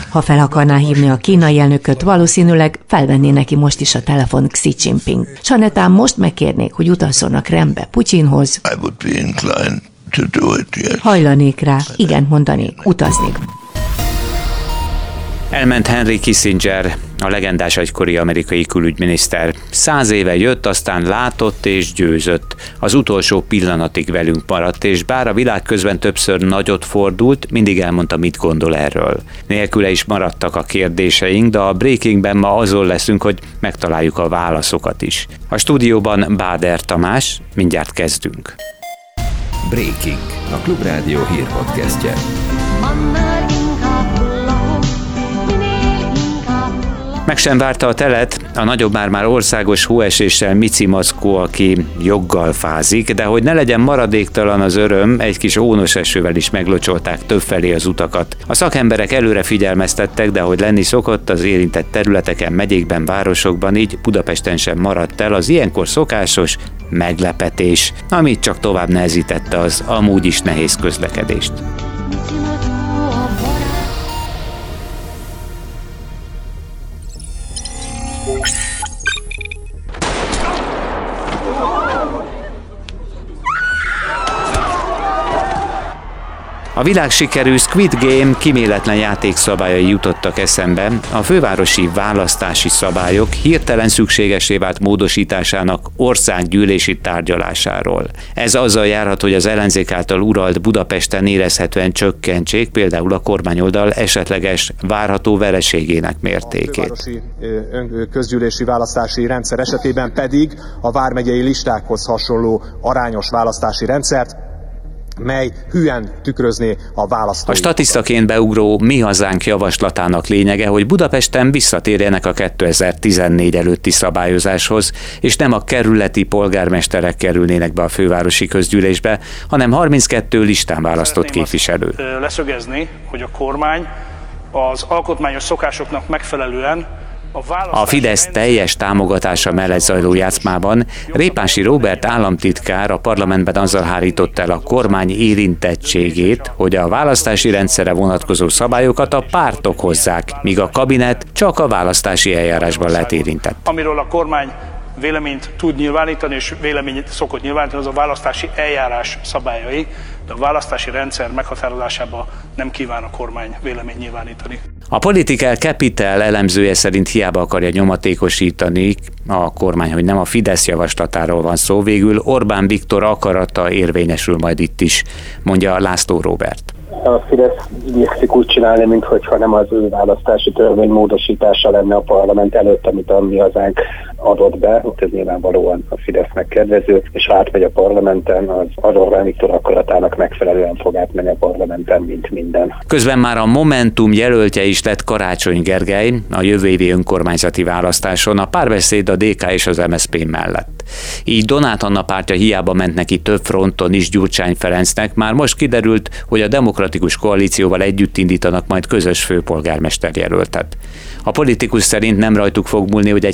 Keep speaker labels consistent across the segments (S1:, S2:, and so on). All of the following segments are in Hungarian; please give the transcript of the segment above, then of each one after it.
S1: Ha fel akarná hívni a kínai elnököt, valószínűleg felvenné neki most is a telefon Xi Jinping. S ha netán most megkérnék, hogy utazzon Kremlbe Putyinhoz, hajlanék rá, igen mondanék, utaznék.
S2: Elment Henry Kissinger, a legendás egykori amerikai külügyminiszter. 100 éve jött, aztán látott és győzött. Az utolsó pillanatig velünk maradt, és bár a világ közben többször nagyot fordult, mindig elmondta, mit gondol erről. Nélküle is maradtak a kérdéseink, de a Breakingben ma azon leszünk, hogy megtaláljuk a válaszokat is. A stúdióban Báder Tamás, mindjárt kezdünk.
S3: Breaking, a Klubrádió hírpodcastje.
S2: Meg sem várta a telet, a nagyobb már országos hóeséssel Mici Mackó, aki joggal fázik, de hogy ne legyen maradéktalan az öröm, egy kis ónos esővel is meglocsolták többfelé az utakat. A szakemberek előre figyelmeztettek, de hogy lenni szokott, az érintett területeken, megyékben, városokban, így Budapesten sem maradt el az ilyenkor szokásos meglepetés, amit csak tovább nehezítette az amúgy is nehéz közlekedést. A világsikerű Squid Game kíméletlen játékszabályai jutottak eszembe, a fővárosi választási szabályok hirtelen szükségessé vált módosításának országgyűlési tárgyalásáról. Ez azzal járhat, hogy az ellenzék által uralt Budapesten érezhetően csökkentsék például a kormányoldal esetleges várható vereségének mértékét.
S4: A fővárosi közgyűlési választási rendszer esetében pedig a vármegyei listákhoz hasonló arányos választási rendszert, mely hülyen tükrözné a választói.
S2: A statisztaként beugró Mi Hazánk javaslatának lényege, hogy Budapesten visszatérjenek a 2014 előtti szabályozáshoz, és nem a kerületi polgármesterek kerülnének be a fővárosi közgyűlésbe, hanem 32 listán választott képviselő.
S5: Leszögezni, hogy a kormány az alkotmányos szokásoknak megfelelően
S2: a Fidesz teljes támogatása mellett zajló játszmában Répási Róbert államtitkár a parlamentben azzal hárította el a kormány érintettségét, hogy a választási rendszerre vonatkozó szabályokat a pártok hozzák, míg a kabinet csak a választási eljárásban lett érintett.
S5: Amiről a kormány véleményt tud nyilvánítani, és véleményt szokott nyilvánítani, az a választási eljárás szabályai, de a választási rendszer meghatározásába nem kíván a kormány véleményt nyilvánítani.
S2: A Political Capital elemzője szerint hiába akarja nyomatékosítani a kormány, hogy nem a Fidesz javaslatáról van szó, végül Orbán Viktor akarata érvényesül majd itt is, mondja László Róbert.
S6: A Fidesz igyekszik úgy csinálni, mintha nem az ő választási törvény módosítása lenne a parlament előtt, amit a Mi Hazánk adott be. Ott ez nyilvánvalóan a Fidesznek kedvező, és átmegy a parlamenten, az Orbán Viktor akaratának megfelelően fog átmenni a parlamenten, mint minden.
S2: Közben már a Momentum jelöltje is lett Karácsony Gergely a jövő évi önkormányzati választáson, a Párbeszéd, a DK és az MSZP mellett. Így Donát Anna pártja hiába ment neki több fronton is Gyurcsány Ferencnek, már most kiderült, hogy a Demokratikus Koalícióval együtt indítanak majd közös főpolgármester jelöltet. A politikus szerint nem rajtuk fog múlni, hogy egy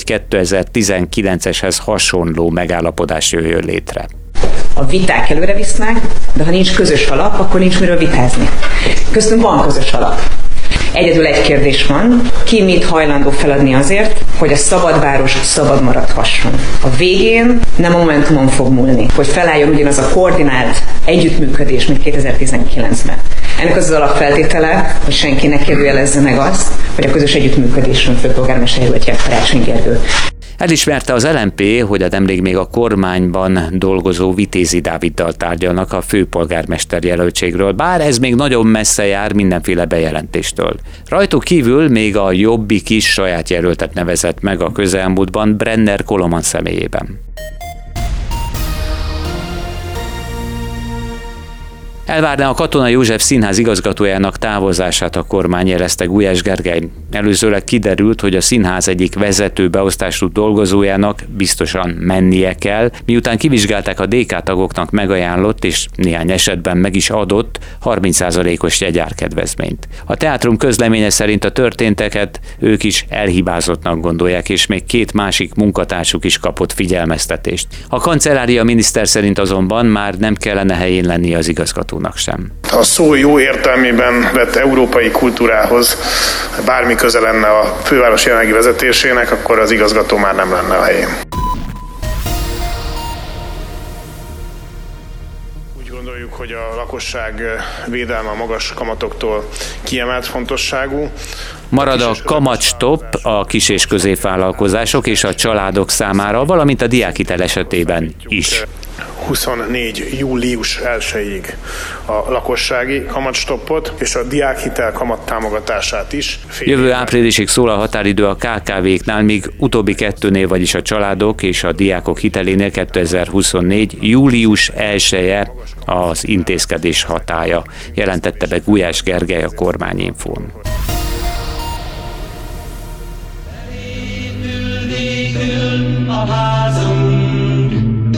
S2: 2019-eshez hasonló megállapodás jöjjön létre.
S7: A viták előre visznek, de ha nincs közös alap, akkor nincs miről vitázni. Köztünk van közös alap. Egyedül egy kérdés van, ki mit hajlandó feladni azért, hogy a szabad város szabad maradhasson. A végén nem a Momentumon fog múlni, hogy felálljon ugyanaz a koordinált együttműködés, mint 2019-ben. Ennek az alapfeltétele, hogy senki ne kérdőjelezze meg azt, hogy a közös együttműködésről főpolgármester jelöltje Karácsony Gergely.
S2: Elismerte az LMP, hogy a nemrég még a kormányban dolgozó Vitézi Dáviddal tárgyalnak a főpolgármester jelöltségről, bár ez még nagyon messze jár mindenféle bejelentéstől. Rajtuk kívül még a Jobbik is saját jelöltet nevezett meg a közelmúltban Brenner Koloman személyében. Elvárná a Katona József Színház igazgatójának távozását a kormány, jelezte Gulyás Gergely. Előzőleg kiderült, hogy a színház egyik vezető beosztású dolgozójának biztosan mennie kell, miután kivizsgálták a DK tagoknak megajánlott és néhány esetben meg is adott 30%-os jegyárkedvezményt. A teátrum közleménye szerint a történteket ők is elhibázottnak gondolják, és még 2 másik munkatársuk is kapott figyelmeztetést. A kancellária miniszter szerint azonban már nem kellene helyén lennie az igazgatónak sem.
S8: Ha a szó jó értelmében vett európai kultúrához bármi köze lenne a főváros jelenlegi vezetésének, akkor az igazgató már nem lenne a helyén. Úgy gondoljuk, hogy a lakosság védelme a magas kamatoktól kiemelt fontosságú.
S2: Marad a kamatstopp a kis- és középvállalkozások és a családok számára, valamint a diákhitel esetében is.
S8: 24. július 1-ig a lakossági kamatstoppot és a diákhitel kamattámogatását is.
S2: Jövő áprilisig szól a határidő a KKV-knál, míg utóbbi 2-nél, vagyis a családok és a diákok hitelénél 2024. július 1-e az intézkedés hatálya, jelentette be Gulyás Gergely a Kormányinfón.
S9: A házunk,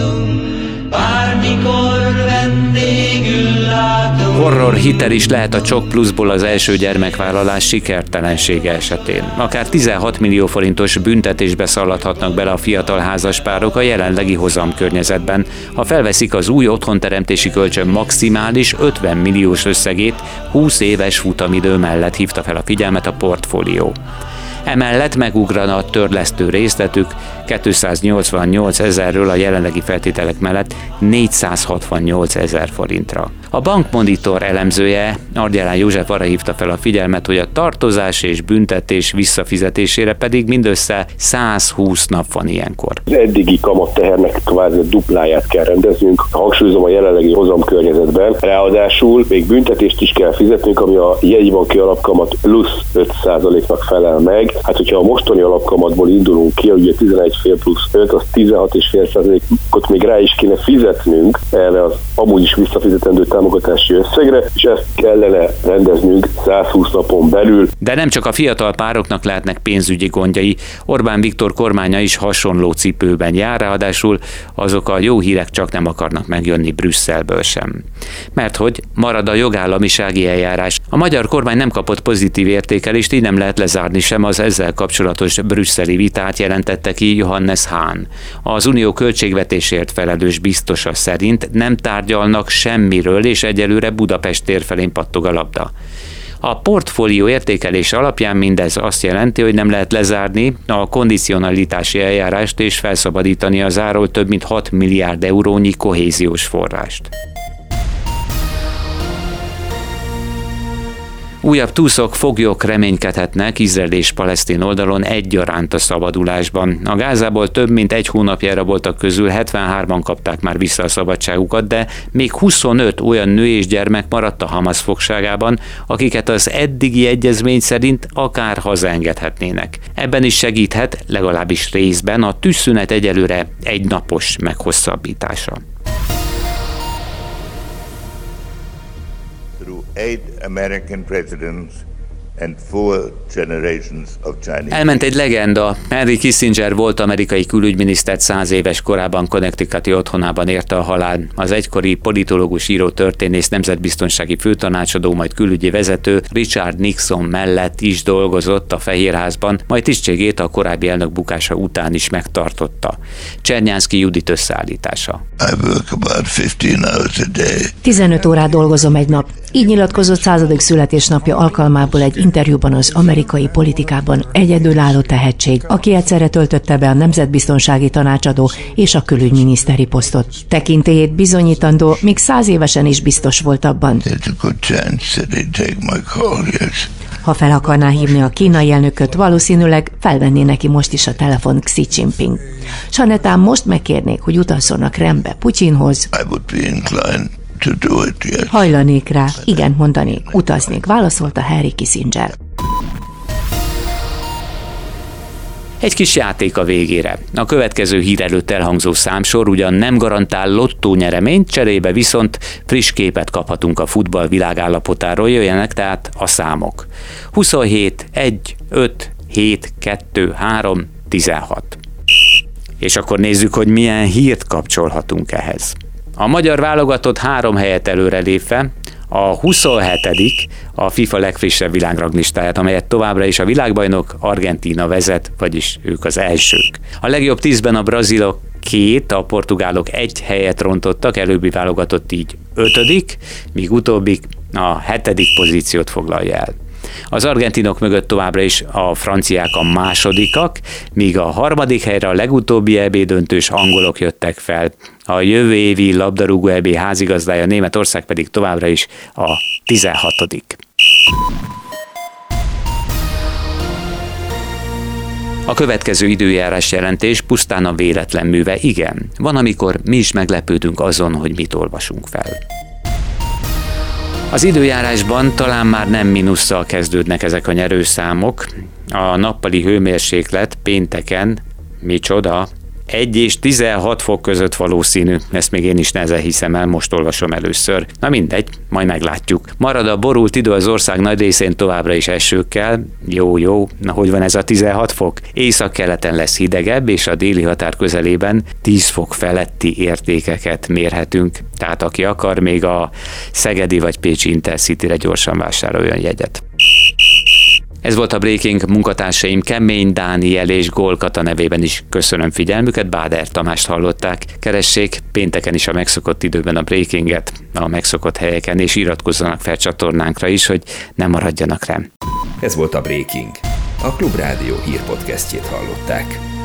S9: bármikor vendégül látunk.
S2: Horror hitel is lehet a Csok Pluszból az első gyermekvállalás sikertelensége esetén. Akár 16 millió forintos büntetésbe szaladhatnak bele a fiatal házaspárok a jelenlegi hozamkörnyezetben, ha felveszik az új otthonteremtési kölcsön maximális 50 milliós összegét 20 éves futamidő mellett, hívta fel a figyelmet a Portfólió. Emellett megugrana a törlesztő részletük 288 000-ről a jelenlegi feltételek mellett 468 000 forintra. A Bankmonitor elemzője, Argyalán József arra hívta fel a figyelmet, hogy a tartozás és büntetés visszafizetésére pedig mindössze 120 nap van ilyenkor.
S10: Az eddigi kamattehernek kvázi dupláját kell rendeznünk, hangsúlyozom a jelenlegi hozamkörnyezetben, ráadásul még büntetést is kell fizetnünk, ami a jegybanki alapkamat plusz 5%-nak felel meg. Hát, hogyha a mostani alapkamatból indulunk ki, ugye 11,5 plusz 5, az 16,5%-ot még rá is kéne fizetnünk erre az amúgy is visszafizetendő támogatási összegre, és ezt kellene rendeznünk 120 napon belül.
S2: De nem csak a fiatal pároknak lehetnek pénzügyi gondjai. Orbán Viktor kormánya is hasonló cipőben jár, ráadásul azok a jó hírek csak nem akarnak megjönni Brüsszelből sem. Mert hogy marad a jogállamisági eljárás. A magyar kormány nem kapott pozitív értékelést, így nem lehet lezárni sem az ezzel kapcsolatos brüsszeli vitát, jelentette ki Johannes Hahn. Az unió költségvetésért felelős biztosa szerint nem tárgyalnak semmiről, és egyelőre Budapest tér felén pattog a labda. A portfólió értékelése alapján mindez azt jelenti, hogy nem lehet lezárni a kondicionalitási eljárást és felszabadítani az áról több mint 6 milliárd eurónyi kohéziós forrást. Újabb túszok, foglyok reménykedhetnek Izrael és palesztin oldalon egyaránt a szabadulásban. A Gázából több mint egy hónapja elraboltak közül 73-an kapták már vissza a szabadságukat, de még 25 olyan nő és gyermek maradt a Hamas fogságában, akiket az eddigi egyezmény szerint akár hazaengedhetnének. Ebben is segíthet, legalábbis részben, a tűzszünet egyelőre egynapos meghosszabbítása.
S11: 8 American presidents and 4 generations of Chinese.
S2: Elment egy legenda. Henry Kissinger volt amerikai külügyminiszter 100 éves korában Connecticuti otthonában érte a halál. Az egykori politológus, író, történész, nemzetbiztonsági főtanácsadó, majd külügyi vezető Richard Nixon mellett is dolgozott a Fehérházban, majd tisztségét a korábbi elnök bukása után is megtartotta. Csernyánszky Judit összeállítása.
S1: 15 órát dolgozom egy nap. Így nyilatkozott 100. születésnapja alkalmából egy interjúban az amerikai politikában egyedülálló tehetség, aki egyszerre töltötte be a nemzetbiztonsági tanácsadó és a külügyminiszteri posztot. Tekintélyét bizonyítandó, még 100 évesen is biztos volt abban. Ha fel akarná hívni a kínai elnököt, valószínűleg felvenné neki most is a telefon Xi Jinping. Sanetán most megkérnék, hogy utazzon a Krembe Putyinhoz. Hajlanék rá, igen mondanék, utaznék, válaszolta Henry Kissinger.
S2: Egy kis játék a végére. A következő hír előtt elhangzó számsor ugyan nem garantál lottónyereményt, cserébe viszont friss képet kaphatunk a futball világállapotáról, jöjjenek tehát a számok. 27, 1, 5, 7, 2, 3, 16. És akkor nézzük, hogy milyen hírt kapcsolhatunk ehhez. A magyar válogatott 3 helyet előrelépve a 27. a FIFA legfrissebb világranglistáját, amelyet továbbra is a világbajnok Argentína vezet, vagyis ők az elsők. A legjobb 10-ben a brazilok 2, a portugálok 1 helyet rontottak, előbbi válogatott így 5., míg utóbbik a 7. pozíciót foglalja el. Az argentinok mögött továbbra is a franciák a másodikak, míg a 3. helyre a legutóbbi EB döntős angolok jöttek fel. A jövő évi labdarúgó EB házigazdája Németország pedig továbbra is a 16. A következő időjárás jelentés pusztán a véletlen műve, igen. Van, amikor mi is meglepődünk azon, hogy mit olvasunk fel. Az időjárásban talán már nem mínusszal kezdődnek ezek a nyerőszámok. A nappali hőmérséklet pénteken, micsoda, 1 és 16 fok között valószínű. Ezt még én is nehezen hiszem el, most olvasom először. Na mindegy, majd meglátjuk. Marad a borult idő az ország nagy részén továbbra is esőkkel. Jó, na hogy van ez a 16 fok? Északkeleten lesz hidegebb, és a déli határ közelében 10 fok feletti értékeket mérhetünk. Tehát aki akar, még a szegedi vagy pécsi Intercityre gyorsan vásároljon jegyet. Ez volt a Breaking, munkatársaim Kemény Dániel és Gól Kata nevében is köszönöm figyelmüket, Báder Tamást hallották. Keressék pénteken is a megszokott időben a Breakinget, a megszokott helyeken, és iratkozzanak fel csatornánkra is, hogy ne maradjanak rám.
S3: Ez volt a Breaking. A Klubrádió hírpodcastjét hallották.